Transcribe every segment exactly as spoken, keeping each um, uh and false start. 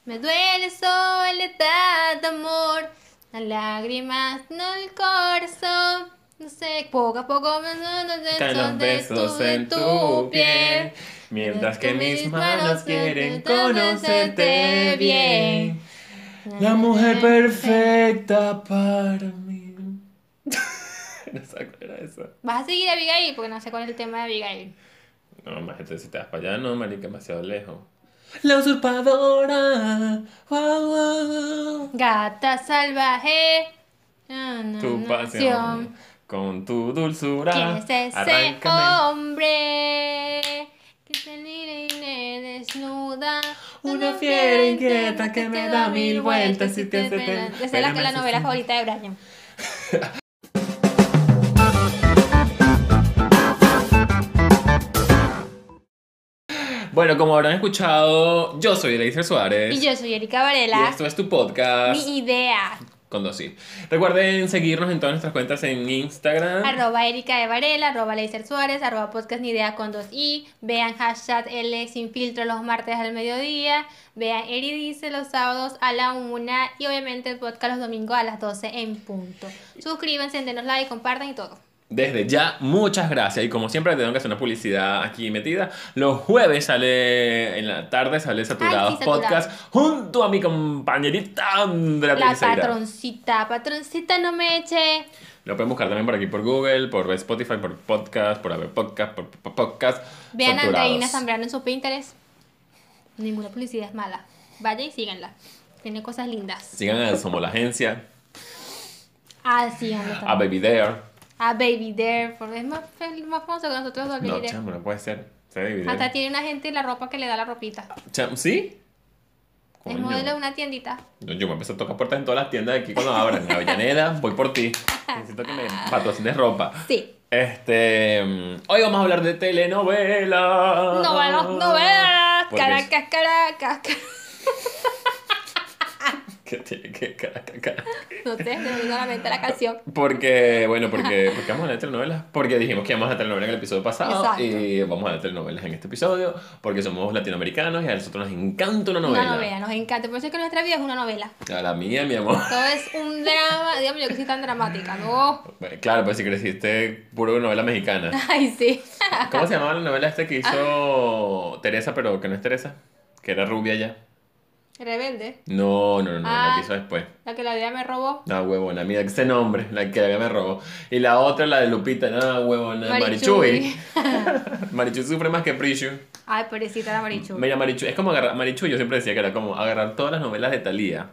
Me duele soledad, amor, las lágrimas, no el corazón. No sé, poco a poco me Caen los besos en tu piel, mientras que mis manos quieren conocerte bien. La mujer perfecta para mí. No sé cuál era eso. ¿Vas a seguir a Abigail? Porque no sé cuál es el tema de Abigail. No, imagínate si te vas para allá, no, marica, demasiado lejos. La usurpadora. Wow, wow, wow. Gata salvaje. Na, na, Tu pasión con tu dulzura. ¿Quién es ese Arráncame. hombre que se viene desnuda? Una fiera inquieta que me da mil vueltas y te hace ten- Esa es la, pero la me novela hace- favorita de Brian. Bueno, como habrán escuchado, yo soy Eliezer Suárez. Y yo soy Erika Y Varela. esto es tu podcast. Mi idea. Con dos i. Recuerden seguirnos en todas nuestras cuentas en Instagram. Arroba Erika de Varela, arroba Leiser Suárez, arroba podcast ni idea con dos i. Vean hashtag L sin filtro los martes al mediodía. Vean Eri dice los sábados a la una. Y obviamente el podcast los domingos a las doce en punto. Suscríbanse, denos like, compartan y todo. Desde ya, muchas gracias. Y como siempre, tengo que hacer una publicidad aquí metida. Los jueves sale, en la tarde sale Saturados Ay, sí, Saturados. Podcast junto a mi compañerita Andrea La Teixeira. patroncita, patroncita no me eche. Lo pueden buscar también por aquí por Google, por Spotify, por Podcast, por Apple Podcast, por, por Podcast. Vean a Saturados. Andreina Zambrano en su Pinterest. Ninguna publicidad es mala. Vaya y síganla. Tiene cosas lindas. Sigan a Somos la Agencia, Ah, síganlo a también. Baby Dare. A Baby Dare, porque es más, es más famoso que nosotros dos. No, Baby Dare. chamo, no puede ser. Se Baby Dare. Hasta tiene una gente en la ropa que le da la ropita. Chamo, ¿sí? Es Coño. modelo de una tiendita. Yo, yo me empecé a tocar puertas en todas las tiendas de aquí cuando abran. En Avellaneda, voy por ti. Necesito que me patrocines ropa. Sí. Este. mm, Hoy vamos a hablar de telenovelas. Novelas, novelas. Porque- Caracas, Caracas. Caracas. Que tiene que. cara, cara, cara. No sé, se me vino a la mente la canción. Porque, bueno, porque, porque vamos a hablar de telenovelas. Porque dijimos que íbamos a telenovelas en el episodio pasado. Exacto. Y vamos a hablar de telenovelas en este episodio. Porque somos latinoamericanos y a nosotros nos encanta una novela. Una novela, nos encanta. Por eso es que nuestra vida es una novela. A la mía, mi amor. Todo es un drama. Dígame yo que soy tan dramática, ¿no? Bueno, claro, pues si creciste puro novela mexicana. Ay, sí. ¿Cómo se llamaba la novela esta que hizo Teresa, pero que no es Teresa? Que era rubia ya. Rebelde. No, no, no, no, la Ah. que hizo después. La que la vida me robó. No, huevona, mira ese nombre, la que me robó. Y la otra, la de Lupita, no, huevona, Marichuy. Marichuy. Marichuy sufre más que Prishu. Ay, pobrecita la Marichu. Mira, Marichuy, es como agarrar, Marichuy, yo siempre decía que era como agarrar todas las novelas de Thalía.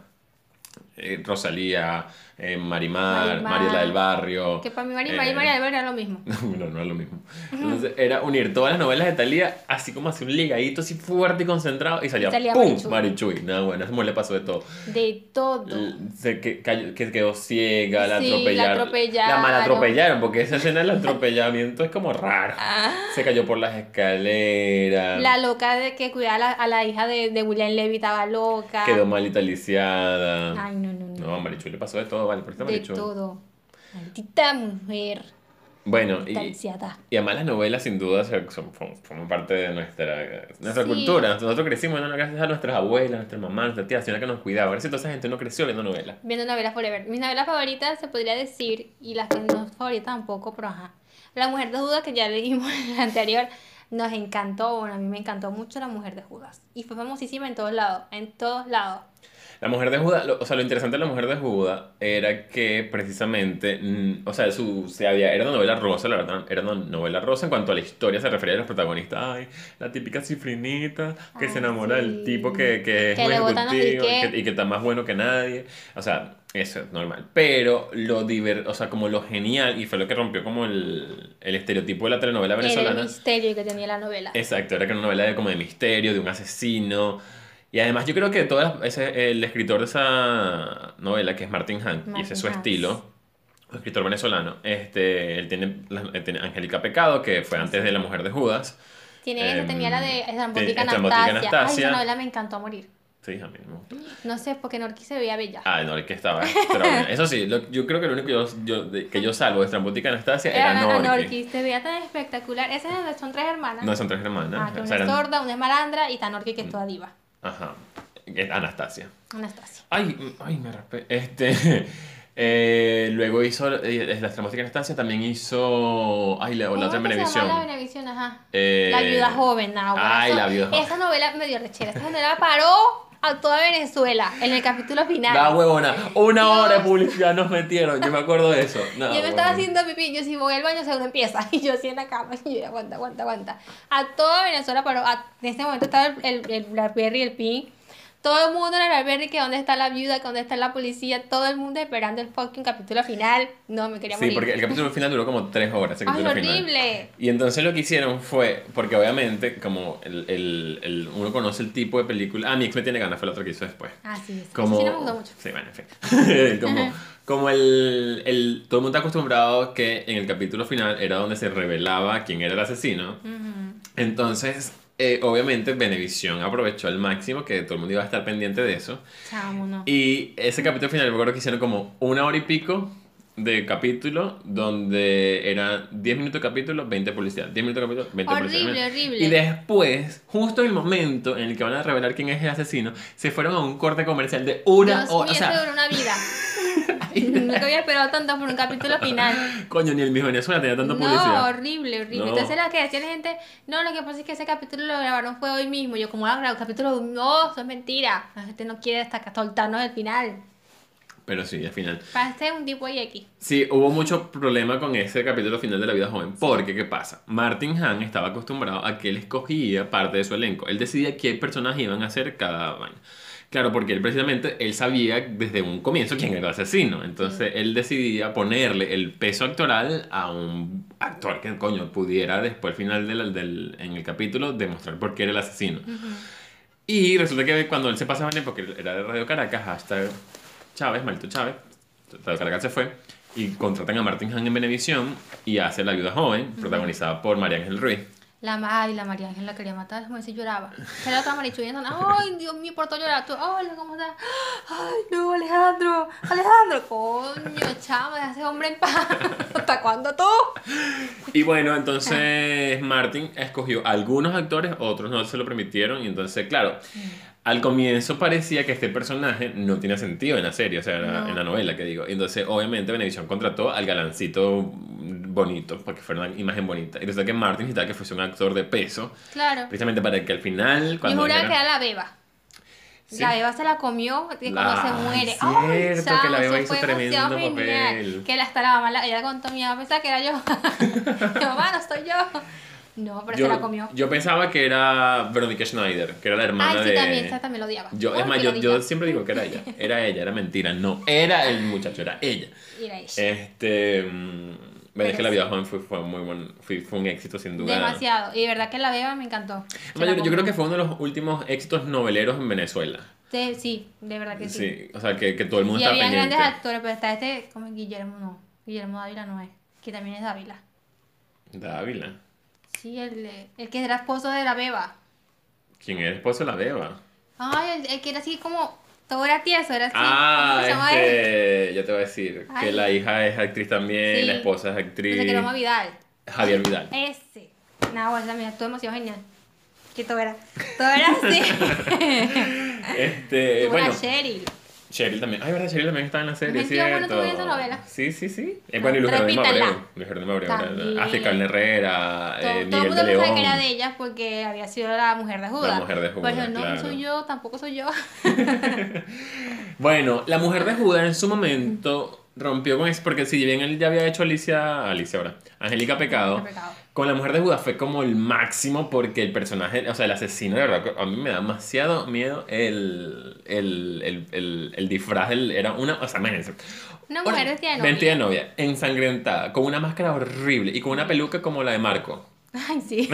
Eh, Rosalía, eh, Marimar, Marimar. Mariela del Barrio. Que para mí María eh, María María del Barrio era lo mismo. No, no es lo mismo. Entonces era unir todas las novelas de Thalía, así como así un ligadito así fuerte y concentrado, y salía, Y salía ¡pum! Marichuy. Marichuy. No, bueno, a esa mujer le pasó de todo. De todo. L- Se que, cayó- que quedó ciega, la Sí, atropellaron. la atropellaron. La mal atropellaron, porque esa escena del atropellamiento es como raro. Ah. Se cayó por las escaleras. La loca de que cuidaba a la, a la hija de, de William Levy estaba loca. Quedó mal lisiada. Ay, no, no, no. No, a Marichuy le pasó de todo, vale, por eso de Marichuy. todo. Maldita mujer. Bueno, y, Taliciada. y además las novelas sin duda son, son- forman parte de nuestra, nuestra Sí. cultura. Nosotros crecimos ¿no? gracias a nuestras abuelas, nuestras mamás, nuestras tías, señora que nos cuidaba. Gracias a toda esa gente no creció leyendo novelas. Viendo novelas forever. Mis novelas favoritas se podría decir, y las que no favoritas tampoco, pero ajá. La mujer de Judas, que ya leímos en la anterior, nos encantó. Bueno, a mí me encantó mucho La mujer de Judas. Y fue famosísima en todos lados. En todos lados. La mujer de Judas, lo- o sea, lo interesante de la mujer de Judas era que precisamente, mm, o sea, su, se había, era una novela rosa, la verdad, era una novela rosa en cuanto a la historia se refería a los protagonistas. Ay, la típica cifrinita que Ay, se enamora del sí. tipo que, que es Que un le botan los ejecutivo y tickets. que, y que está más bueno que nadie. O sea, eso es normal. Pero lo diver, o sea, como lo genial, y fue lo que rompió como el, el estereotipo de la telenovela Era el venezolana. misterio que tenía la novela. Exacto, era que era una novela de, como de misterio, de un asesino. Y además yo creo que todo las- ese, el escritor de esa novela, que es Martin Hank, y ese es su Martin Hans. estilo, un escritor venezolano, este, él tiene, la- él tiene Angélica Pecado, que fue antes de La mujer de Judas. Tiene esa, Em, tenía la de Estrambótica Estrambótica Anastasia. Ay, Anastasia. esa novela me encantó a morir. Sí, a mí no me gustó. No sé, porque Norqui se veía bella. Ah, no, el que estaba extraordinario. Eso sí, lo- yo creo que lo único que yo, yo- de- que yo salvo de Estrambótica Anastasia era, Era Norqui. Norqui, se veía tan espectacular. Esas son tres hermanas. No, son tres hermanas. Ah, que o una sea, es eran- sorda, una es malandra y está Norqui que es toda diva. Ajá. es Anastasia. Anastasia. Ay, ay, me raspé. Este... Eh, luego hizo eh, la extremática Anastasia, también hizo. Ay, la, la otra en Venevisión. La Venevisión, ajá. Eh, La viuda joven, nah, Ay, eso, la viuda joven. Esa novela me dio rechera. Esa novela paró a toda Venezuela en el capítulo final. Da huevona. Una Dios. hora de publicidad nos metieron. Yo me acuerdo de eso. No, yo me estaba bueno. haciendo pipí. Yo si voy al baño seguro empieza. Y yo así en la cama. Y yo aguanta, aguanta, aguanta. A toda Venezuela paró. A, en ese momento estaba el, el, el Blackberry y el Pin. Todo el mundo en el Alberti, que dónde está la viuda, que dónde está la policía, todo el mundo esperando el fucking capítulo final. No, me quería Sí, morir. porque el capítulo final duró como tres horas. El ¡Ay, capítulo final. horrible! Y entonces lo que hicieron fue, porque obviamente, como el, el, el, uno conoce el tipo de película. Ah, mi ex me tiene ganas, fue la otra que hizo después. Ah, sí, sí. Como, Sí, no me gustó mucho. Sí, bueno, en fin. como como el, el. Todo el mundo está acostumbrado que en el capítulo final era donde se revelaba quién era el asesino. Uh-huh. Entonces. Eh, obviamente Venevisión aprovechó al máximo que todo el mundo iba a estar pendiente de eso. Chamo, no. Y ese capítulo final, me acuerdo que hicieron como una hora y pico de capítulo, donde eran diez minutos de capítulo, veinte publicidad. diez minutos de capítulo, veinte publicidad. Horrible, horrible. Y después, justo en el momento en el que van a revelar quién es el asesino, se fueron a un corte comercial de una Dios hora. mío, O sea, eso duró una vida. Nunca había esperado tanto por un capítulo final. coño, ni el mismo Venezuela tenía tanta No, publicidad. horrible, horrible. No. Entonces la que decía la gente, no, lo que pasa es que ese capítulo lo grabaron fue hoy mismo. Yo como, ah, el capítulo, no, eso es mentira. La gente no quiere hasta soltarnos el final. Pero sí, al final. Parece un tipo de X. Sí, hubo mucho problema con ese capítulo final de La vida joven. Porque, ¿qué pasa? Martin Hahn estaba acostumbrado a que él escogía parte de su elenco. Él decidía qué personajes iban a hacer cada vaina. Claro, porque él precisamente, él sabía desde un comienzo quién era el asesino. Entonces, sí. Él decidía ponerle el peso actoral a un actor que, coño, pudiera después, al final del, del, en el capítulo, demostrar por qué era el asesino. Uh-huh. Y resulta que cuando él se pasaba en porque era de Radio Caracas, hasta Chávez, Malito Chávez, Radio Caracas se fue, y contratan a Martin Hahn en Venevisión y hace La viuda joven, uh-huh. protagonizada por María Ángel Ruiz. La, ay, la María Ángel la quería matar, como si lloraba. Era otra Marichu y ay, Dios mío, por todo llorar. Tú, hola, ¿cómo estás? Ay, no, Alejandro, Alejandro, coño, chamo, deja a ese hombre en paz. ¿Hasta cuándo tú? Y bueno, entonces Martin escogió algunos actores, otros no se lo permitieron, y entonces, claro, al comienzo parecía que este personaje no tenía sentido en la serie, o sea, no. en la novela, que digo. Entonces, obviamente, Venevisión contrató al galancito bonito, para que fuera una imagen bonita. Y resulta que Martin necesitaba que fuese un actor de peso. Claro. Precisamente para que al final... Yo juraba era... que era la beba. Sí. La beba se la comió y la... cuando se muere. Cierto, ¡Ay, chamo, que la beba hizo fue tremendo papel. Genial. Que hasta la mamá, la, ella contó, mi mamá pensaba que era yo. Mi mamá, no soy yo. No, pero yo, se la comió. Yo pensaba que era Veronica Schneider, que era la hermana Ay, sí, de... también, esa también lo odiaba. Yo, oh, es más, yo, yo siempre digo que era ella. Era ella, era mentira. No, era el muchacho, era ella. Era ella. Este... Ven, es que La vida joven fue, fue muy buen, fue, fue un éxito sin duda. Demasiado. Y de verdad que La beba me encantó. Yo, yo creo que fue uno de los últimos éxitos noveleros en Venezuela. Sí, sí, de verdad que sí. Sí, o sea, que, que todo el mundo y estaba pendiente. Y pendiente. había grandes actores, pero está este, como Guillermo, no. Guillermo Dávila no es, que también es Dávila. Dávila. Sí, el, el que era esposo de la beba. ¿Quién era el esposo de la beba? Ay, el, el que era así como... Todo era tieso, era así. Ah, este... Ya te voy a decir. Ay. Que la hija es actriz también, sí. La esposa es actriz. Desde que era Vidal. Javier Vidal. Ese. Nada, bueno, también todo demasiado genial. Que todo era... Todo era así. este... Bueno, bueno. Cheryl. Cheryl también. Ay, verdad, Cheryl también estaba en la serie, ¿cierto? Bueno, tuve esa novela. Sí, sí, sí. Es bueno, y Luis Jerónimo Abreu. Luis Jerónimo Abreu. Así, Carmen Herrera, todo, eh, Miguel todo el mundo de León. Pensaba que era de ellas porque había sido la mujer de Judas. La mujer de Judas, Pero no, claro. no soy yo, tampoco soy yo. Bueno, la mujer de Judas en su momento rompió con eso, porque si bien él ya había hecho Alicia, Alicia ahora, Angélica Pecado, Pecado, con la mujer de Judas fue como el máximo porque el personaje, o sea, el asesino, de verdad, a mí me da demasiado miedo el, el, el, el, el disfraz, el, era una, o sea, imagínense. Una mujer vestida de novia. Vestida de novia, ensangrentada, con una máscara horrible y con una peluca como la de Marco. Ay, sí.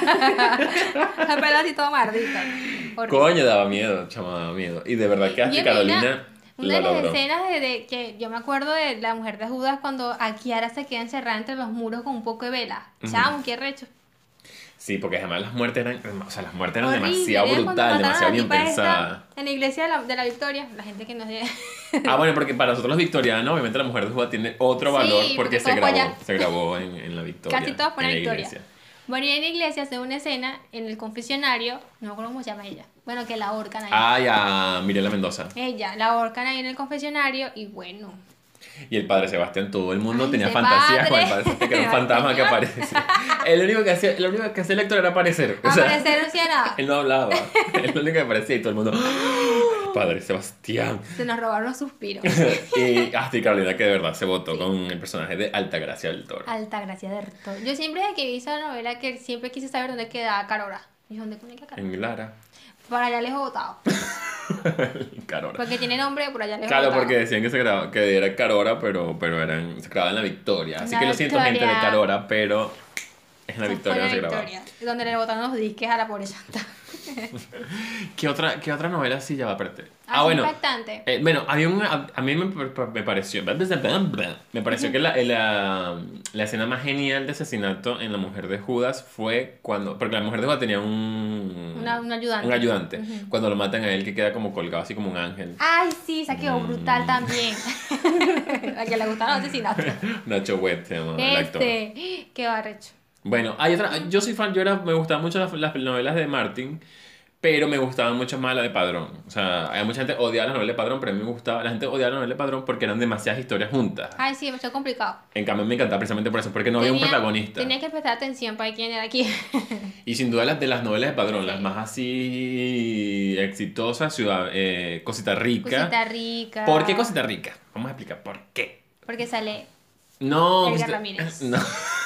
La pelo así todo mardita. Coño, daba miedo, chama, daba miedo. Y de verdad que hasta Carolina... Una de las escenas de, de que yo me acuerdo de la mujer de Judas cuando Akiara se queda encerrada entre los muros con un poco de vela. Uh-huh. Chamo, qué recho. Sí, porque además las muertes eran, o sea, las muertes eran horrible, demasiado brutales, demasiado bien pensadas. En la iglesia de la, de la Victoria, la gente que no sé. Ah, bueno, porque para nosotros los victorianos, obviamente la mujer de Judas tiene otro valor sí, porque, porque se grabó, allá. se grabó en, en la Victoria. Casi todos ponen en la Victoria. Iglesia. Bueno, y en la iglesia hace una escena en el confesionario, no me acuerdo cómo se llama ella. Bueno, que la ahorcan ahí. Ah, ya, Mirela Mendoza. Ella, la ahorcan ahí en el confesionario y bueno. Y el padre Sebastián, todo el mundo Ay, tenía ese fantasías con el padre. padre Sebastián, que era un fantasma que aparece. El único que hacía, lo único que hacía el lector era aparecer. O sea, Aparecer no hacía nada. él no hablaba. Él lo único que aparecía y todo el mundo. ¡Ah! Padre Sebastián. Se nos robaron los suspiros. Y hasta Carolina, que de verdad se votó con el personaje de Altagracia del Toro. Altagracia de Toro. Yo siempre desde que vi esa novela que siempre quise saber dónde quedaba Carora. ¿Y dónde pone que Carora? En Lara. Por allá les he votado. Carora. Porque tiene nombre, por allá les he Claro, votado. porque decían que, se grababa, que era Carora, pero, pero eran, se grababa en la Victoria. Así La que lo siento, Victoria. gente de Carora, pero es en la Esa Victoria fue no se la grababa. Victoria, donde le botaron los disques a la pobre Chanta. ¿Qué otra, ¿Qué otra novela sí ya va a perder? Así Ah, bueno. impactante. Eh, bueno, había un, a, a mí me, me pareció, me pareció que la, la, la escena más genial de asesinato en La Mujer de Judas fue cuando, porque La Mujer de Judas tenía un, Una- un ayudante. un ayudante. Ujú. Cuando lo matan a él, que queda como colgado así como un ángel. Ay, sí, esa quedó Mm. brutal también. A que le gustaron los asesinatos. Nacho Webb se llama el actor. Este, qué barrecho. Bueno, hay otra, yo soy fan, yo era, me gustaban mucho las, las novelas de Martin, pero me gustaban mucho más las de Padrón. O sea, hay mucha gente odiaba las novelas de Padrón, pero a mí me gustaba, la gente odiaba las novelas de Padrón porque eran demasiadas historias juntas. Ay, sí, me está complicado. En cambio me encantaba precisamente por eso, porque no había un Tenía- protagonista. Tenía que prestar atención para ver quién era quién. Y sin duda las de las novelas de Padrón, Sí. las más así exitosas, Ciudad, eh, Cosita Rica. Cosita Rica. ¿Por qué Cosita Rica? Vamos a explicar por qué. Porque sale No, Edgar Cosita- Ramírez. No.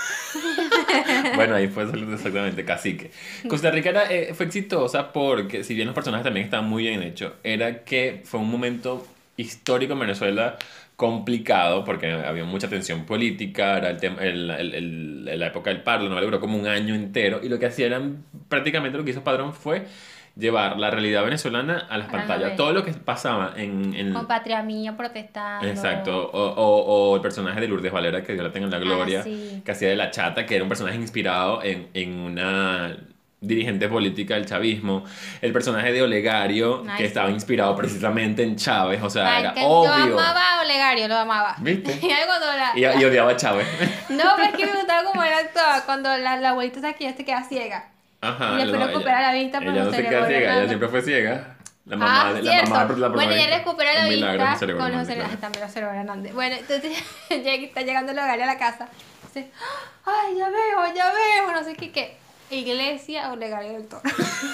Bueno, ahí fue exactamente, Cacique. Costa Rica era, eh, fue exitosa porque, si bien los personajes también estaban muy bien hechos, era que fue un momento histórico en Venezuela complicado porque había mucha tensión política, era el tema, el, el- el- la época del paro, la novela duró como un año entero y lo que hacían, prácticamente lo que hizo Padrón fue llevar la realidad venezolana a las A la pantallas. novela. Todo lo que pasaba en, en, con Patria Mía protestando. Exacto, o, o, o el personaje de Lourdes Valera, que Dios la tenga en la gloria, Ah, sí. que hacía de la chata, que era un personaje inspirado en, en una dirigente política del chavismo. El personaje de Olegario, Ay, que sí. estaba inspirado precisamente en Chávez, o sea, Ay, era que Yo obvio. amaba a Olegario, lo amaba. ¿Viste? Y algo cuando la... Y, y odiaba a Chávez. No, pero es que me gustaba como él actuaba cuando la, la abuelita esa que ya se queda ciega. Ajá. Y después no, recupera la vista, pero ella no no se se le queda vuelve ciega, nada. ella siempre fue ciega. La mamá, Ah, de- cierto. la mamá de la Bueno, ella protagonista. recupera la Un milagro, vista. no se le vuelve Conoce, nada, ay, también lo Cero Hernández. Bueno, entonces llega- está llegando el hogar a la casa. Dice, ay, ya veo, ya veo, no sé qué, qué. Iglesia o Olegario del Toro.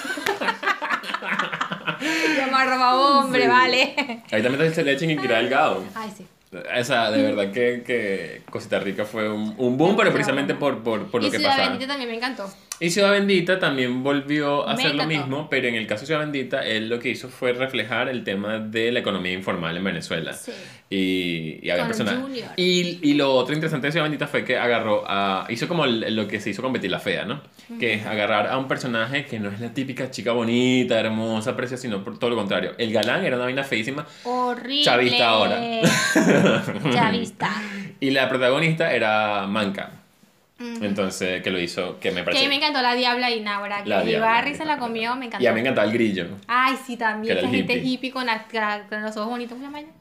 Yo me robado hombre, Sí. vale. Ahí también está Leche y Kira Delgado. Ay, sí. O sea, de verdad que, que Cosita Rica fue un, un boom, pero precisamente por, por, por lo y que Ciudad pasaba. Bendita también me encantó. Y Ciudad Bendita también volvió a Me hacer lo encantó. mismo, pero en el caso de Ciudad Bendita, él lo que hizo fue reflejar el tema de la economía informal en Venezuela. Sí. Y, y había Con personas. Junior. Y, y lo otro interesante de Ciudad Bendita fue que agarró a. Hizo como el- lo que se hizo con Betty la Fea, ¿no? Que es agarrar a un personaje que no es la típica chica bonita, hermosa, preciosa, sino por todo lo contrario. El galán era una vaina feísima. Horrible. Chavista ahora. Chavista. Y la protagonista era Manca. Ujú. Entonces, que lo hizo, que me Que a pareció. mí me encantó la Diabla y Naura. Que La Diabla, Ibarri me se la encantó. comió, me encantó. Y a mí me encantaba el grillo. Ay, sí, también. Que era Esa el gente hippie. hippie con, la- con los ojos bonitos. ¿Cómo se llama ella?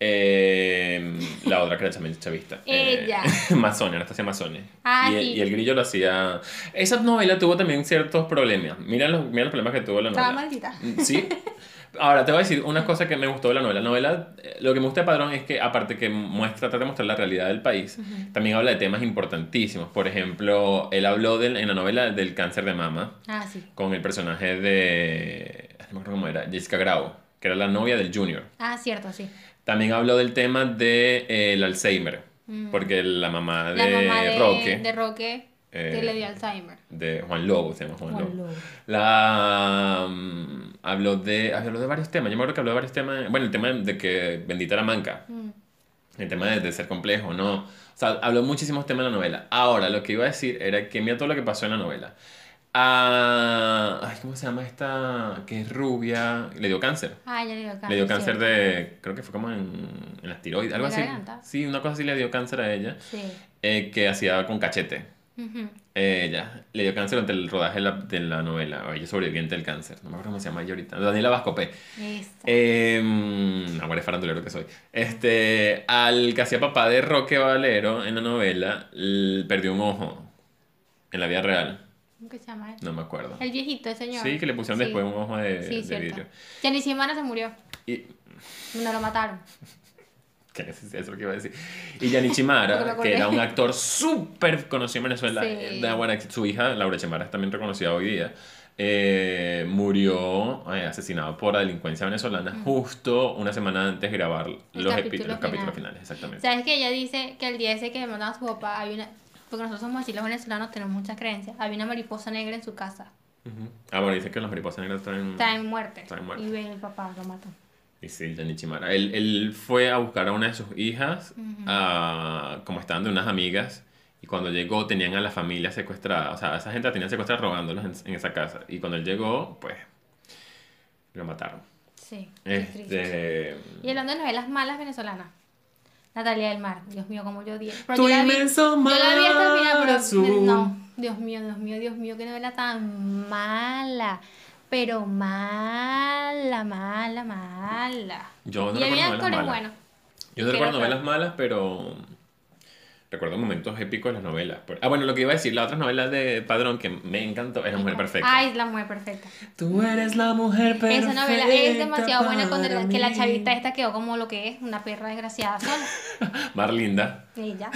Eh, la otra que era también chavista. Ella. Eh, Mazzone, Anastasia Mazzone. Ah, y, sí. y el grillo lo hacía. Esa novela tuvo también ciertos problemas. Mira los, mira los problemas que tuvo la Estaba novela. maldita. Sí. Ahora, te voy a decir una cosa que me gustó de la novela. La novela, eh, lo que me gusta de Padrón es que, aparte que muestra, trata de mostrar la realidad del país, también habla de temas importantísimos. Por ejemplo, él habló del- en la novela del cáncer de mama Ah, sí. con el personaje de. No me acuerdo cómo era, Jessica Grau, que era la novia del Junior. Ah, cierto, sí. También habló del tema del de, eh, el Alzheimer, Mm. porque la mamá de, La mamá de Roque, de Roque eh, que le dio Alzheimer. de Juan Lobo, se llama Juan, Juan Lobo. Lobo. La, mm, habló, de, habló de varios temas, yo me acuerdo que habló de varios temas, bueno, el tema de que bendita la manca, Mm. el tema de, de ser complejo, ¿no? O sea, habló muchísimos temas en la novela. Ahora, lo que iba a decir era que mira todo lo que pasó en la novela. Ah, ay, ¿cómo se llama esta? Que es rubia, le dio cáncer. Ah, ya le dio cáncer. Le dio cáncer cierto. de, creo que fue como en, en las tiroides, algo ¿En la así. garganta? Sí, una cosa así le dio cáncer a ella, Sí. eh, que hacía con cachete. Ujú. Ella le dio cáncer durante el rodaje de la, de la novela. Ella es sobreviviente del cáncer. No me acuerdo cómo se llama ella ahorita. Daniela Vascopé. Esa. Eh, ahora es farandulero que soy. Este, al que hacía papá de Roque Valero en la novela, l- perdió un ojo en la vida real. ¿Cómo que se llama él? No me acuerdo. El viejito, el señor. Sí, que le pusieron Sí. después un ojo de, Sí, de cierto. vidrio. Gianni Chimano se murió. Y... No lo mataron. ¿Qué es eso lo que iba a decir? Y Gianni Chimara, que era un actor súper conocido en Venezuela, Sí. de, bueno, su hija, Laura Chimara, es también reconocida hoy día, eh, murió eh, asesinado por la delincuencia venezolana mm. justo una semana antes de grabar el los, capítulo epi- los final. capítulos finales. Exactamente. ¿Sabes que ella dice que el día ese que me mandaba a su papá, había una... Porque nosotros somos así, los venezolanos tenemos muchas creencias. Había una mariposa negra en su casa. Uh-huh. Ah, bueno, dice que las mariposas negras están, Está en muerte. Está en muerte. Y ve el papá lo mató. Y sí, Gianni Chimara. Él, él fue a buscar a una de sus hijas, uh-huh. a, como estaban de unas amigas, y cuando llegó tenían a la familia secuestrada. O sea, esa gente la tenían secuestrada rogándolos en, en esa casa. Y cuando él llegó, pues, lo mataron. Sí, este... Y hablando de novelas malas venezolanas. Natalia del Mar, Dios mío, como yo dije. Tu inmenso mar yo la vi hasta el final, pero azul. No, Dios mío, Dios mío, Dios mío, qué novela tan mala. Pero mala, mala, mala. Yo no y había recuerdo actores novelas malas. buenos. Yo no recuerdo novelas malas, pero recuerdo momentos épicos de las novelas. Ah, bueno, lo que iba a decir, la otra novela de Padrón que me encantó es La Mujer Perfecta. Ay, es La Mujer Perfecta. Tú eres la mujer perfecta. Esa novela es demasiado buena cuando la, que la chavita esta quedó como lo que es, una perra desgraciada sola. Marlinda. Ella.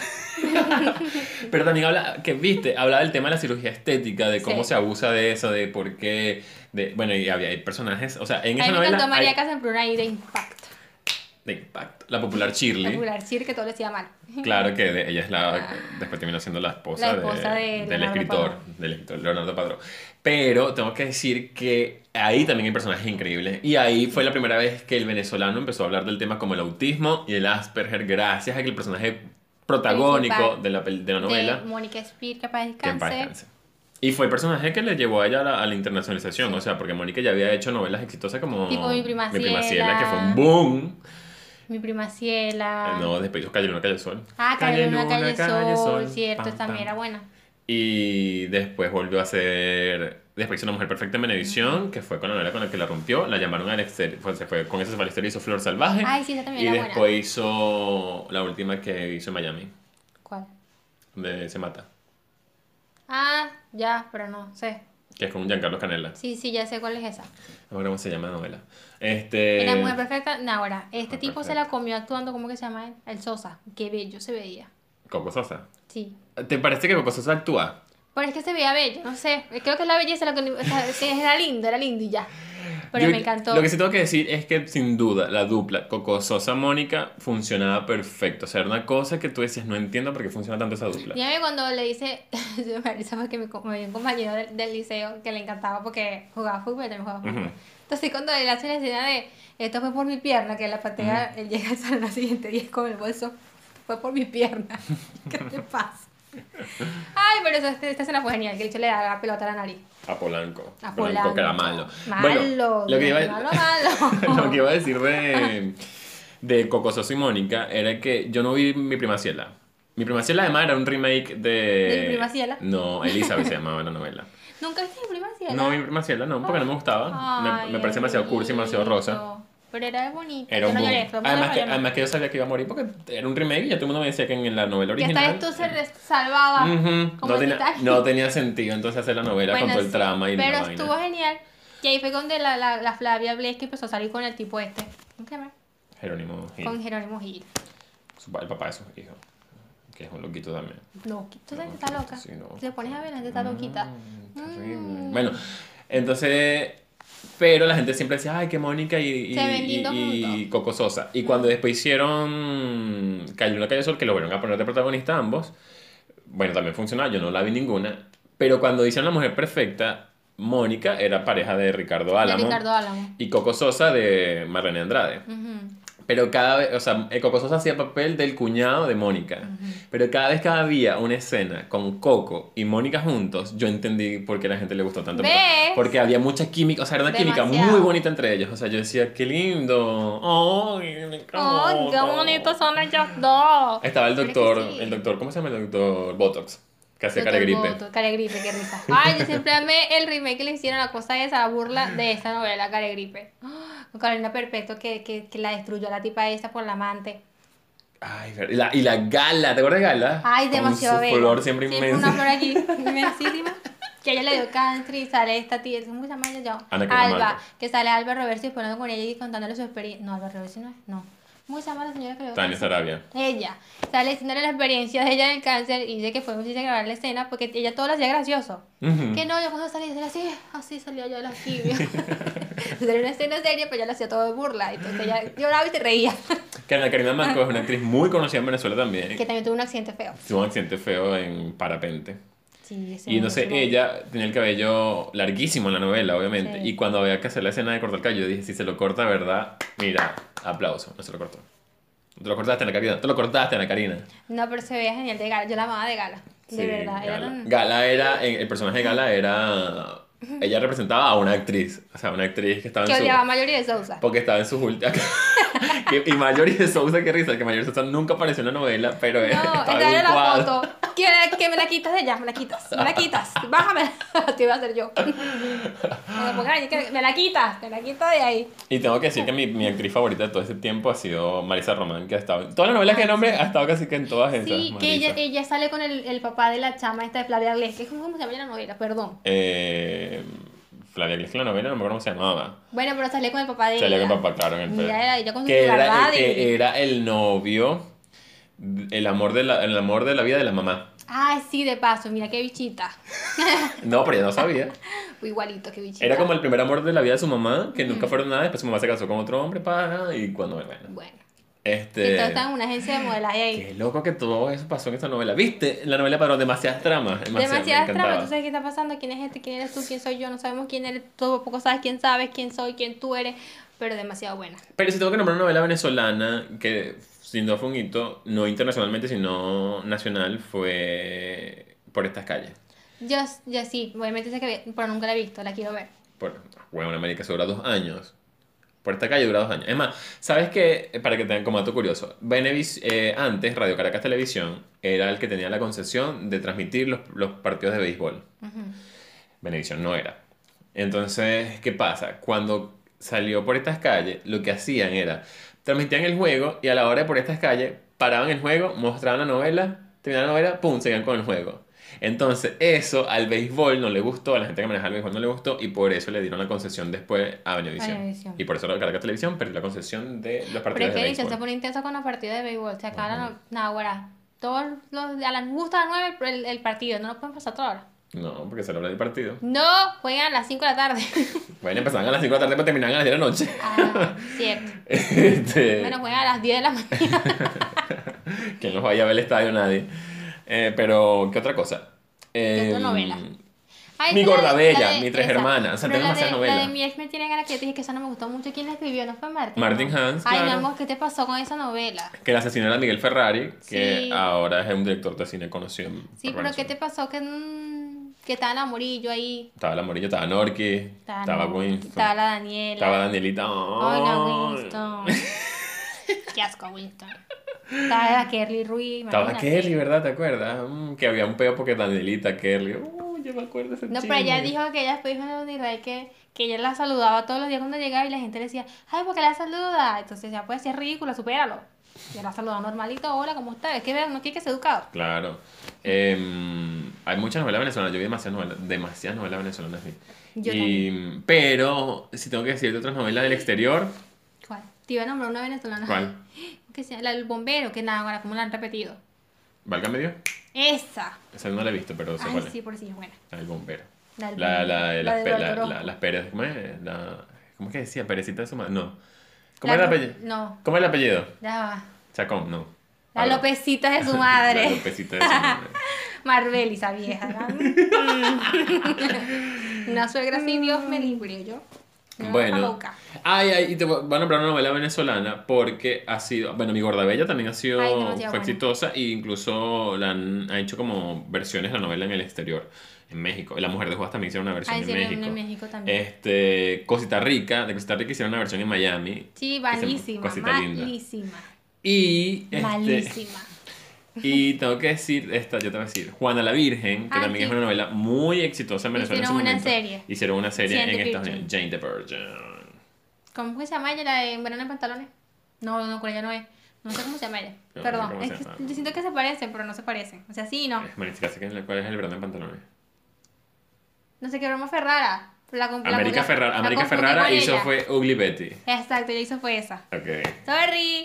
Pero también habla, que viste, hablaba del tema de la cirugía estética, de cómo sí. se abusa de eso, de por qué, de, bueno, y había hay personajes, o sea, en esa a mí novela me encantó María hay, Casempruna ahí de Impacto. De Impacto. La popular Shirley. La popular Shirley que todo le decía mal. Claro que de, ella es la, ah. después terminó siendo la esposa, la esposa de, de, de del escritor, Padrón. del escritor Leonardo Padrón. Pero tengo que decir que ahí también hay personajes increíbles. Y ahí fue la primera vez que el venezolano empezó a hablar del tema como el autismo y el Asperger, gracias a que el personaje protagónico de la, de la novela, de Mónica Spear, que para que en paz descanse. Y fue el personaje que le llevó a ella a la, a la internacionalización, sí. O sea, porque Mónica ya había hecho novelas exitosas como tipo Mi Prima Ciela, Mi Prima Ciela, que fue un boom. Mi Prima Ciela. No, después hizo Calle Luna, Calle Sol. Ah, Calle Luna, Calle, Calle Sol, Sol, cierto, pam, también pam. era buena. Y después volvió a hacer... Después hizo Una Mujer Perfecta en Venevisión, uh-huh. que fue con la novela con la que la rompió. La llamaron al exterior, fue, se fue, con esa se fue al exterior, hizo Flor Salvaje. Ay, sí, esa también y era después buena. hizo la última que hizo en Miami. ¿Cuál? Donde se mata. Ah, ya, pero no sé. Que es con Giancarlo Canella. Sí, sí, ya sé cuál es esa. No, ¿cómo se llama la novela? Este... En La Mujer Perfecta, no, ahora, este Mujer tipo Perfecta. se la comió actuando, ¿cómo que se llama él? El Sosa. Qué bello se veía. Coco Sosa. Sí. ¿Te parece que Coco Sosa actúa? Pero es que se veía bello, no sé. Creo que es la belleza lo que, o sea, que era lindo, era lindo y ya. Pero Yo- me encantó. Lo que sí tengo que decir es que sin duda la dupla Coco Sosa Mónica funcionaba perfecto. O sea, era una cosa que tú decías, no entiendo por qué funciona tanto esa dupla. Dígame cuando le dice, me da risa porque me, me dio un compañero del, del liceo que le encantaba porque jugaba fútbol y también jugaba fútbol. Ujú. Entonces cuando él hace la escena de, esto fue por mi pierna, que la patea, él llega al salón al siguiente día con el bolso, fue por mi pierna. ¿Qué te pasa? Ay, pero eso, esta escena fue genial, que el hecho le da la pelota a la nariz. A Polanco. A Polanco, que era malo. Malo, Bueno, lo que iba, malo, malo. lo que iba a decir de, de Coco Sosa y Mónica era que yo no vi Mi Prima Ciela. Mi Prima Ciela además era un remake de... ¿De Mi Prima Ciela? No, Elizabeth se llamaba la novela. ¿Nunca viste mi prima Ciela? No, Mi Prima Ciela no, porque no me gustaba. Me, Ay, me parecía demasiado cursi y demasiado rosa. bonito. Pero era bonito. Era Yo un no boom. lloré, todo el mundo Además, que, lloró. además que yo sabía que iba a morir porque era un remake y ya todo el mundo me decía que en la novela Y original... esta vez tú se res- salvaba. Ujú, como no, tenía, Titanic. no tenía sentido entonces hacer la novela Bueno, con todo el sí, trama y la pero vaina. estuvo genial. Y ahí fue donde la, la, la Flavia Blake empezó a salir con el tipo este. ¿Cómo se llama? Jerónimo Gil, Con Jerónimo Gil. su pa- el papá de sus hijos, que es un loquito también. No, tú sabes que está loca. Sí, no. Si te pones a ver, la gente está loquita. Mm, terrible. Mm. Bueno, entonces, pero la gente siempre decía, ay, que Mónica y, y, Se ven y, lindos y juntos. Coco Sosa. Y cuando después hicieron Calle Luna, Calle Sol, que lo volvieron a poner de protagonista ambos, bueno, también funcionaba, yo no la vi ninguna. Pero cuando hicieron La Mujer Perfecta, Mónica era pareja de Ricardo De Álamo. Ricardo Álamo. Y Coco Sosa de Marlene Andrade. Ujú. Pero cada vez, o sea, el Coco Sosa hacía papel del cuñado de Mónica. Pero cada vez que había una escena con Coco y Mónica juntos, yo entendí por qué a la gente le gustó tanto. ¿Ves? Porque había mucha química, o sea, era una química Demasiado. muy bonita entre ellos. O sea, yo decía, qué lindo. ¡Ay, me encanta! ¡Ay, qué bonitos son ellos dos! Estaba el Pero es que doctor, sí. el doctor, ¿cómo se llama el doctor? Botox, que hacía Doctor caregripe. Boto, Caregripe, qué risa. Ay, yo siempre amé el remake que le hicieron, la cosa esa, la burla de esa novela, Caregripe. Con Carolina Perpetuo, que, que, que la destruyó a la tipa esa por la amante. Ay, ver- y la, y la gala, ¿te acuerdas de Gala? Ay, demasiado Con su bello. flor siempre Sí, inmensa. una flor allí, inmensísima. Que ella le dio cáncer y sale esta tía, ¿cómo se llama ella? Yo? Ana Karen Alba, Marta. que sale Alba Roberto y hablando con ella y contándole su experiencia. No, Alba Roberto no es, no. ¿Cómo se llama la señora que le dio Tania cáncer? Sarabia. Ella. Sale diciéndole la experiencia de ella del cáncer y dice que fue muy difícil grabar la escena porque ella todo lo hacía gracioso. Ujú. Que no, yo cuando salía, decía así, así salía yo de la quimio. Era una escena seria, pero ella lo hacía todo de burla. Entonces ella lloraba y se reía. Que Ana Karina Manco es una actriz muy conocida en Venezuela también. Que también tuvo un accidente feo. Tuvo un accidente feo en parapente. Sí, ese Y no sé, mucho. ella tenía el cabello larguísimo en la novela, obviamente. Sí. Y cuando había que hacer la escena de cortar el cabello, yo dije, si se lo corta, ¿verdad? Mira, aplauso, no se lo cortó. Te lo cortaste, Ana Karina. Te lo cortaste, Ana Karina. No, pero se veía genial de Gala. Yo la amaba de Gala. De Sí, verdad. Era Gala. tan- Gala era, en- el personaje de Gala era... Ella representaba a una actriz. O sea, una actriz que estaba Que en su... odiaba a Mayori de Sousa. Porque estaba en sus últimas... y Marjorie de Sousa, qué risa, que Marjorie de Sousa nunca apareció en la novela, pero No, estaba esta en era un la cuadro. foto. Que, que me la quitas de ella, me la quitas, me la quitas. Bájame. Te iba a hacer yo. Me pongan ahí, que me la quitas, me la quitas de ahí. Y tengo que decir que mi, mi actriz favorita de todo ese tiempo ha sido Marisa Román, que ha estado en todas las novelas que nombre, ha estado casi que en todas esas. Sí, que Marisa. ella, ella sale con el, el papá de la chama esta de Flavia Arles. Que es como- ¿Cómo se llama la novela? Perdón. Eh, Flavia Glis, la novela, no me acuerdo cómo se llamaba. Bueno, pero sale con el papá de Salía ella. con papá, claro, en el Mira, pelo. era ella con su Que sugar era, daddy. que era el novio, el amor, de la, el amor de la vida de la mamá. Ay, sí, de paso, mira qué bichita. No, pero ella no sabía. Igualito, qué bichita. Era como el primer amor de la vida de su mamá, que nunca fueron nada. Después su mamá se casó con otro hombre, para y cuando, bueno. Bueno. Este. Entonces estaba en una agencia de modelaje ahí. Qué loco que todo eso pasó en esta novela. ¿Viste? La novela paró demasiadas tramas. Demasiadas, Demasiadas me tramas, encantaba. tú sabes qué está pasando, quién es este, quién eres tú, quién soy yo, no sabemos quién eres, tú tampoco sabes quién sabes, quién soy, quién tú eres, pero demasiado buena. Pero si tengo que nombrar una novela venezolana que sin duda fue un hito, no internacionalmente, sino nacional, fue Por estas calles. Yo, yo sí, obviamente sé que vi, pero nunca la he visto, la quiero ver. Por, bueno, en América se dura dos años. Por esta calle dura dos años. Es más, ¿sabes qué? Para que tengan como dato curioso, Benevis, eh, antes Radio Caracas Televisión era el que tenía la concesión de transmitir los, los partidos de béisbol. Ujú. Venevisión no era. Entonces, ¿qué pasa? Cuando salió Por estas calles, lo que hacían era, transmitían el juego y a la hora de Por estas calles, paraban el juego, mostraban la novela, terminaban la novela, pum, seguían con el juego. Entonces, eso al béisbol no le gustó, a la gente que manejaba el béisbol no le gustó y por eso le dieron la concesión después a Venevisión. Venevisión. Y por eso la Caracas Televisión perdió la concesión de los Pero partidos es de que Edición se béisbol. pone intensa con los partidos de béisbol, se acaba la Nahuara. Todos los, a las justo a las nueve el, el partido, no lo pueden pasar a otra hora. No, porque se habla del partido. No, juegan a las cinco de la tarde. Bueno, empezaban a las cinco de la tarde, pero terminaban a las diez de la noche. Ah, cierto. Este... Bueno, juegan a las diez de la mañana. Que no vaya a ver el estadio nadie. Eh, pero, ¿qué otra cosa? ¿Qué otra Eh, novela? Ay, Mi esa la Gorda de- Bella, la de- Mi Tres esa. Hermanas. O sea, Pero tengo la de, demasiadas la de novelas. Mi ex me tiene ganas que yo te dije que esa no me gustó mucho. ¿Quién la escribió? ¿No fue Martin? Martin No. Hans, Ay, mi claro. amor, ¿qué te pasó con esa novela? Que el asesino era Miguel Ferrari, que Sí. ahora es un director de cine conocido. en- Sí, por pero ¿qué Venezuela. te pasó? Que, mm, que estaba la Morillo ahí. Estaba la Morillo, estaba Norky, estaba no, Winston, Estaba la Daniela. estaba Danielita. Ay, la Ay. Winston. Qué asco, Winston. Estaba la Kerly Ruiz. Estaba imagínate. Kelly, ¿verdad? ¿Te acuerdas? Mm, que había un peo porque Danielita, Kelly. Uh, yo me acuerdo de ese No, pero ella chisme. dijo que ella después dijo en el Israel que, que ella la saludaba todos los días cuando llegaba y la gente le decía, ay, ¿por qué la saluda? Entonces ya puede ser ridícula, supéralo. Yo la saludaba normalito, hola, ¿cómo estás? Es que no tiene que ser educado. Claro. Em, hay muchas novelas venezolanas. Yo vi demasiadas novelas, demasiadas novelas venezolanas. Sí. Yo Y, pero, si tengo que decirte otras novelas del exterior, ¿Cuál? Te iba a nombrar una venezolana. ¿cuál? Que sea la del bombero, que nada, ahora como la han repetido. ¿Válgame Dios? Esa. Esa no la he visto, pero sé Ay, cuál es. sí, por sí es buena. La del bombero. La del La, bombero. la, La las de pe- la, Eduardo la- Orozco. las Pérez, ¿cómo es? La, ¿cómo es que decía? Perecita de su madre. No. ¿Cómo La era el Ro- apellido? No, ¿Cómo es el apellido? ya va. Chacón, no. La Algo. Lopecita de su La madre. Lopecita de su madre. Marbel, esa vieja. ¿no? Una suegra sin Dios me libre, yo. Me vuelvo Bueno, loca. ay, ay, y te voy voy a nombrar una novela venezolana porque ha sido, bueno, Mi Gorda Bella también ha sido, Ay, fue demasiado buena. exitosa e incluso la han ha hecho como versiones de la novela en el exterior, en México. La Mujer de Juárez también hicieron una versión Ah, en hicieron México. en México también. Este, Cosita Rica, de Cosita Rica hicieron una versión en Miami. Sí, que se- malísima, Cosita linda. malísima. Y, este, Malísima. y tengo que decir, esta, yo te voy a decir, Juana la Virgen, que Ah, también sí. es una novela muy exitosa en Venezuela. en Hicieron su una momento. serie. Hicieron una serie Jane en the Estados Virgin. Unidos, Jane the Virgin. ¿Cómo que se llama ella? La de En verano en pantalones. No, no, con ella no es. No sé cómo se llama ella. No, Perdón. no sé cómo Es se que llama. yo siento que se parecen, pero no se parecen. O sea, sí y no. Es Mariscal, sé que- ¿cuál es el verano en pantalones? No sé qué broma Ferrara. La, la, América la, Ferrara, la América confundí Ferrara con hizo ella. fue Ugly Betty. Exacto, ella hizo fue esa. Ok. Sorry.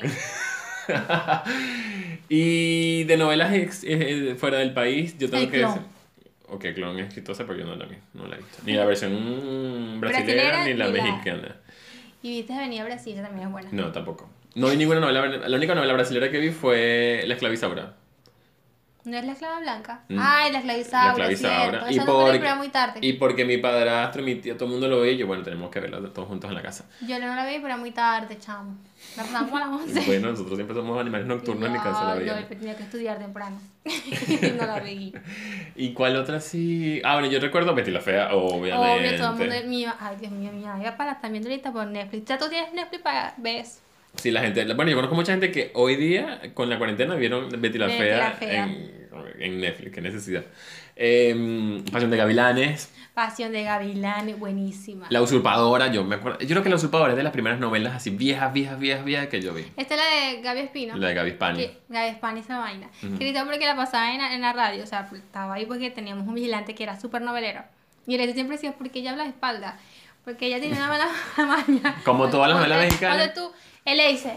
Y de novelas ex- eh, fuera del país, yo tengo El que decir. clon. Ok, Clon es exitosa, pero yo no la vi, no la he visto. Ni la versión mm, brasilera Brasilera ni la ni la- mexicana. Y viste Avenida Brasil, esa también es buena. No, tampoco. No vi ninguna novela. La única novela brasilera que vi fue La esclavizaura. ¿No es la esclava blanca? Mm. Ay, la La esclavizaura, esclavizaura. cierto. Y, Esa no me la vi, por, pero era muy tarde. y porque mi padrastro y mi tía, todo el mundo lo ve, y yo, bueno, tenemos que verla todos juntos en la casa. Yo no la vi, pero era muy tarde, chamo. La pasamos como a las Y once. bueno, nosotros siempre somos animales nocturnos en mi casa, la Ay, no, veíamos. yo tenía que estudiar temprano. Y no la vi. ¿Y cuál otra sí? Ah, bueno, yo recuerdo Betty la Fea, obviamente. Obvio, todo el mundo. Mi, ay, Dios mío, mi mamá para estar viendo ahorita por Netflix. Ya tú tienes Netflix para ver. Sí, la gente. Bueno, yo conozco mucha gente que hoy día, con la cuarentena, vieron Betty la Betty Fea, la Fea. En, en Netflix. Qué necesidad. Eh, Pasión de Gavilanes. Pasión de Gavilanes, buenísima. La Usurpadora, yo me acuerdo. Yo creo que La Usurpadora es de las primeras novelas así viejas, viejas, viejas, viejas que yo vi. Esta es la de Gaby Espino. La de Gaby Spani. Que- Gaby Espino, esa vaina. Ujú. Que ahorita porque la pasaba en, en la radio, o sea, estaba ahí porque teníamos un vigilante que era súper novelero. Y él siempre decía, ¿por qué ella habla de espalda? Porque ella tiene una mala maña. Como todas las novelas Cuando- mexicanas. Cuando tú, él le dice.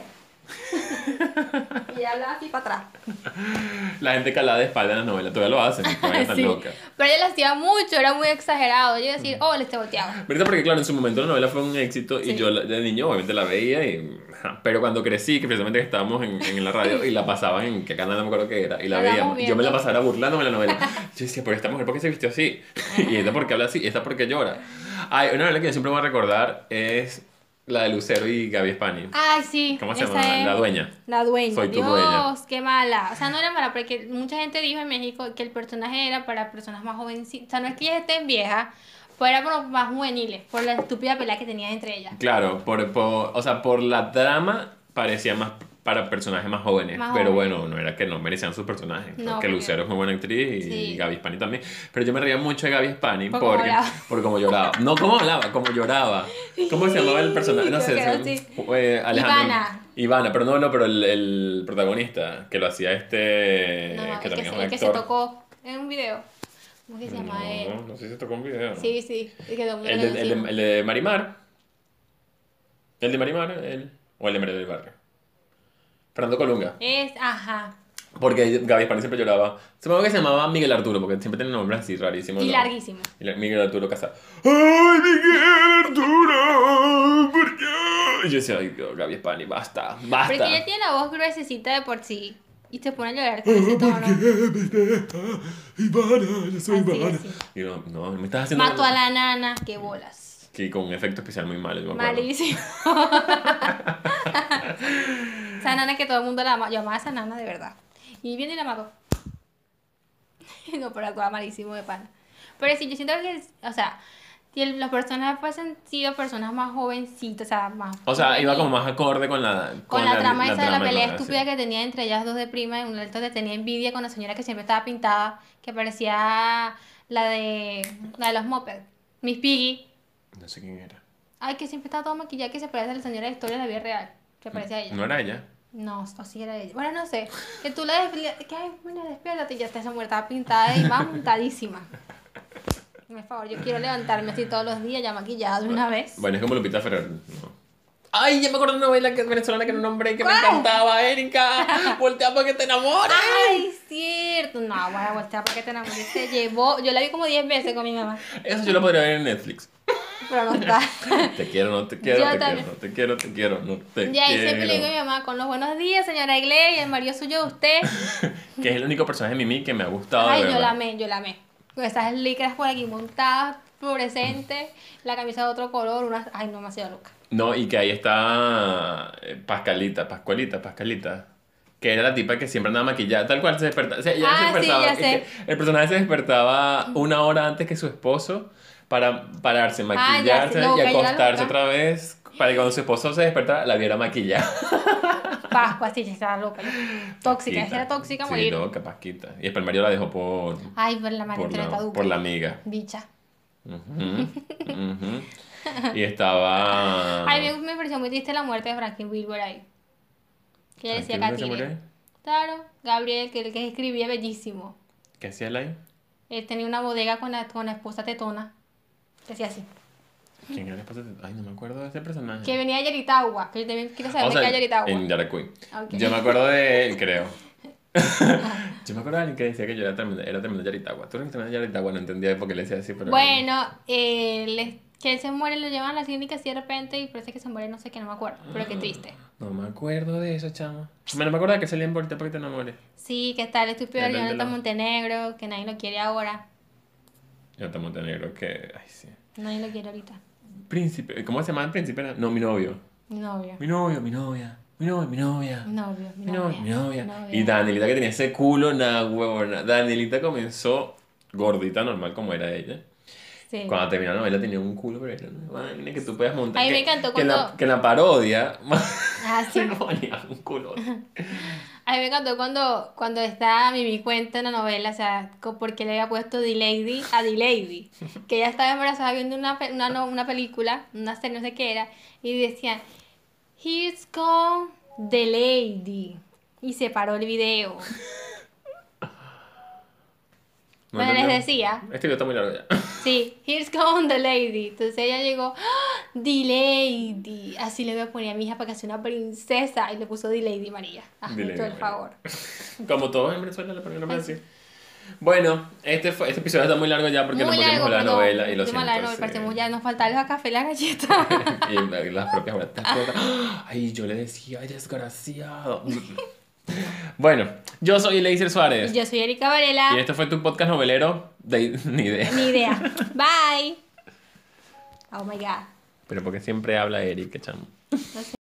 Y ella habla así para atrás. La gente calada de espalda en las novelas, todavía lo hacen. Qué vaina tan Sí. loca. Pero ella lo hacía mucho, era muy exagerado. Yo iba a decir, oh, le te volteaba. Verdad, porque claro, en su momento la novela fue un éxito y Sí. yo la- de niño obviamente la veía y... ajá, pero cuando crecí, que precisamente estábamos en, en la radio y la pasaban en qué canal no me acuerdo qué era y la La veíamos, estábamos yo me la viendo. pasaba burlándome de la novela. Yo decía, pero esta mujer, ¿por qué se vistió así? Y esta, ¿por qué habla así? Y esta, ¿por qué llora? Ay, una novela que yo siempre voy a recordar es la de Lucero y Gaby Spani. Ay, sí. ¿Cómo se esa llama? es La dueña. La dueña. Soy tu Dios, dueña. qué mala. O sea, no era mala, porque mucha gente dijo en México que el personaje era para personas más jovencitas. O sea, no es que ellas estén viejas, pero era por los más juveniles, por la estúpida pelea que tenían entre ellas. Claro, por, por, o sea, por la trama parecía más para personajes más jóvenes, Más pero jóvenes. bueno, no era que no merecían sus personajes, No, porque porque- Lucero es muy buena actriz y Sí. Gaby Spani también, pero yo me reía mucho de Gaby Spani Por cómo porque, hablaba. por cómo lloraba, no cómo hablaba, cómo lloraba, ¿cómo se llamaba el personaje? No Creo sé, que era se- así. eh, Alejandro, Ivana. Ivana, pero no, no, pero el, el protagonista que lo hacía este, No, que el que, también es se, un el que se actor. tocó en un video. ¿Cómo que se llama él? No, no sé si tocó un video. ¿no? Sí, sí. El, que todo el mundo El le de, el, decía. de, el de Marimar. El de Marimar, el, o el de María del Barrio. Fernando Colunga. Es, ajá. Porque Gaby Spani siempre lloraba. Supongo que se llamaba Miguel Arturo, porque siempre tiene nombres así rarísimos. Y ¿no? larguísimo. Y la- Miguel Arturo Casado. ¡Ay, Miguel Arturo! ¿Por qué? Y yo decía, ay, Dios, Gaby Spani, basta, basta. Porque ella tiene la voz gruesecita de por sí. Y te pone a llorar con ese tono. Ivana, yo soy Así, Ivana. así. Y yo, no, me estás haciendo... Mató a la nana, qué bolas. Sí, con un efecto especial muy malo, yo me acuerdo. Malísimo. Esa nana que todo el mundo la ama. Yo amaba a esa nana de verdad. Y viene y la mató. No, pero actuaba malísimo de pana. Pero sí, yo siento que, o sea, si el- los personajes fuesen sido personas más jovencitas, o sea, más. O sea, iba como más acorde con la... Con, la, trama esa de la trama pelea novela, estúpida sí. que tenía entre ellas dos de prima, en un alto que tenía envidia con la señora que siempre estaba pintada, que parecía la de la de los mopeds, Miss Piggy. No sé quién era. Ay, que siempre estaba toda maquillada, que se parece a la señora de historia de la vida real, que parecía a ella. ¿No era ella? No, o sí era ella. Bueno, no sé. Que tú la des- que ay, bueno, despiértate y ya está esa muerta pintada y va montadísima. Por favor, yo quiero levantarme así todos los días ya maquillada de una vez. Bueno, es como Lupita Ferrer. No. Ay, ya me acuerdo de una novela que es venezolana que no nombré que me ¿Cuál? encantaba, Erika. Voltea para que te enamores. Ay, cierto. No, bueno, voltea para que te enamores. Se llevó. Yo la vi como diez veces con mi mamá. Eso yo lo podría ver en Netflix. Pero no está. Te quiero, no te quiero, Yo te también. quiero, no te quiero, te quiero, no te Y ahí quiero. siempre le digo a mi mamá, con los buenos días, señora Iglesias, y el marido suyo de usted. Que es el único personaje de Mimi que me ha gustado. Ay, de yo verdad. la amé, yo la amé. Con esas licras por aquí montadas, fluorescentes, la camisa de otro color, unas. Ay, no, demasiado loca. No, y que ahí está eh, Pascalita, Pascualita, Pascalita. Que era la tipa que siempre andaba maquillada, tal cual se despertaba. O sea, ella Ah, se sí, despertaba. ya es sé. que el personaje se despertaba una hora antes que su esposo para pararse, Ah, ya sé, maquillarse loca, y ella era acostarse loca. otra vez para que cuando su esposo se despertara la viera maquillada. Pascua, sí, ya estaba loca. yo. Tóxica, esa era tóxica a Sí, morir. loca, Pasquita. Y después el marido la dejó por, Ay, por la María por, Antonieta la, Duque. por la amiga. Bicha. Ujú, ujú. Y estaba... Ay, me, me pareció muy triste la muerte de Franklin Wilbur ahí. Que ella decía ¿Franklin Wilbur se Catire. murió? Claro, Gabriel, que el que escribía bellísimo. ¿Qué hacía él ahí? Él tenía una bodega con la, con la esposa tetona. Que hacía así. ¿Quién era el esposo de... Ay, no me acuerdo de ese personaje. Que venía de Yaritagua, que yo también quiero saber O de sea, qué es Yaritagua. en Yaracuy. Okay. Yo me acuerdo de él, creo. Yo me acuerdo de alguien que decía que yo era tremenda, era tremenda Yaritagua. Tú eres tremenda Yaritagua, no entendía por qué le decía así, pero... Bueno, eh, le- que él se muere, lo llevan a la clínica así de repente y parece que se muere, no sé qué, no me acuerdo. Pero qué triste. No me acuerdo de eso, chamo. Bueno, me acuerdo de que salía en Bolita para que te enamores. Sí, que está el estúpido El de Jonathan Vendelo. Montenegro, que nadie lo quiere ahora. Yo te Montenegro que... Ay, sí. Nadie lo quiere ahorita. Príncipe. ¿Cómo se llama el príncipe? No, mi novio. Mi novio. Mi novio, mi novia. Mi novio, mi novia. Mi novio, mi Mi novia, novia. mi novia. mi novia. Y Danielita que tenía ese culo, nada, huevona. Danielita comenzó gordita, normal como era ella. Sí. Cuando terminó la novela tenía un culo, pero era una vaina que tú puedas montar. A mí que, me encantó que, en la, cuando- que en la parodia Ah, sí. ponía un culo. A mí me encantó cuando, cuando está Mimi cuenta en la novela, o sea, co- porque le había puesto D-Lady a D-Lady. Que ella estaba embarazada viendo una, pe- una, no- una película, una serie, no sé qué era, y decía, Here's come the lady. Y se paró el video. No Bueno, les entendí. decía, Este video está muy largo ya. sí, Here's come the lady. Entonces ella llegó, ¡Ah! The lady. Así le voy a poner a mi hija para que sea una princesa. Y le puso The Lady María. Hazme D-Lady todo el María. favor. Como todos en Venezuela le ponen nombre así. Bueno, este, fue, este episodio está muy largo ya porque Muy nos pusimos largo, la perdón. novela y lo Pusimos siento. la novela, sí. parecemos ya, nos falta el café y la galleta. Y las propias horas. Ay, yo le decía, ay, desgraciado. Bueno, yo soy Leiser Suárez. Yo soy Erika Varela. Y este fue tu podcast novelero de ni idea. Ni idea. Bye. Oh my god. Pero porque siempre habla Erika, chamo. No sé.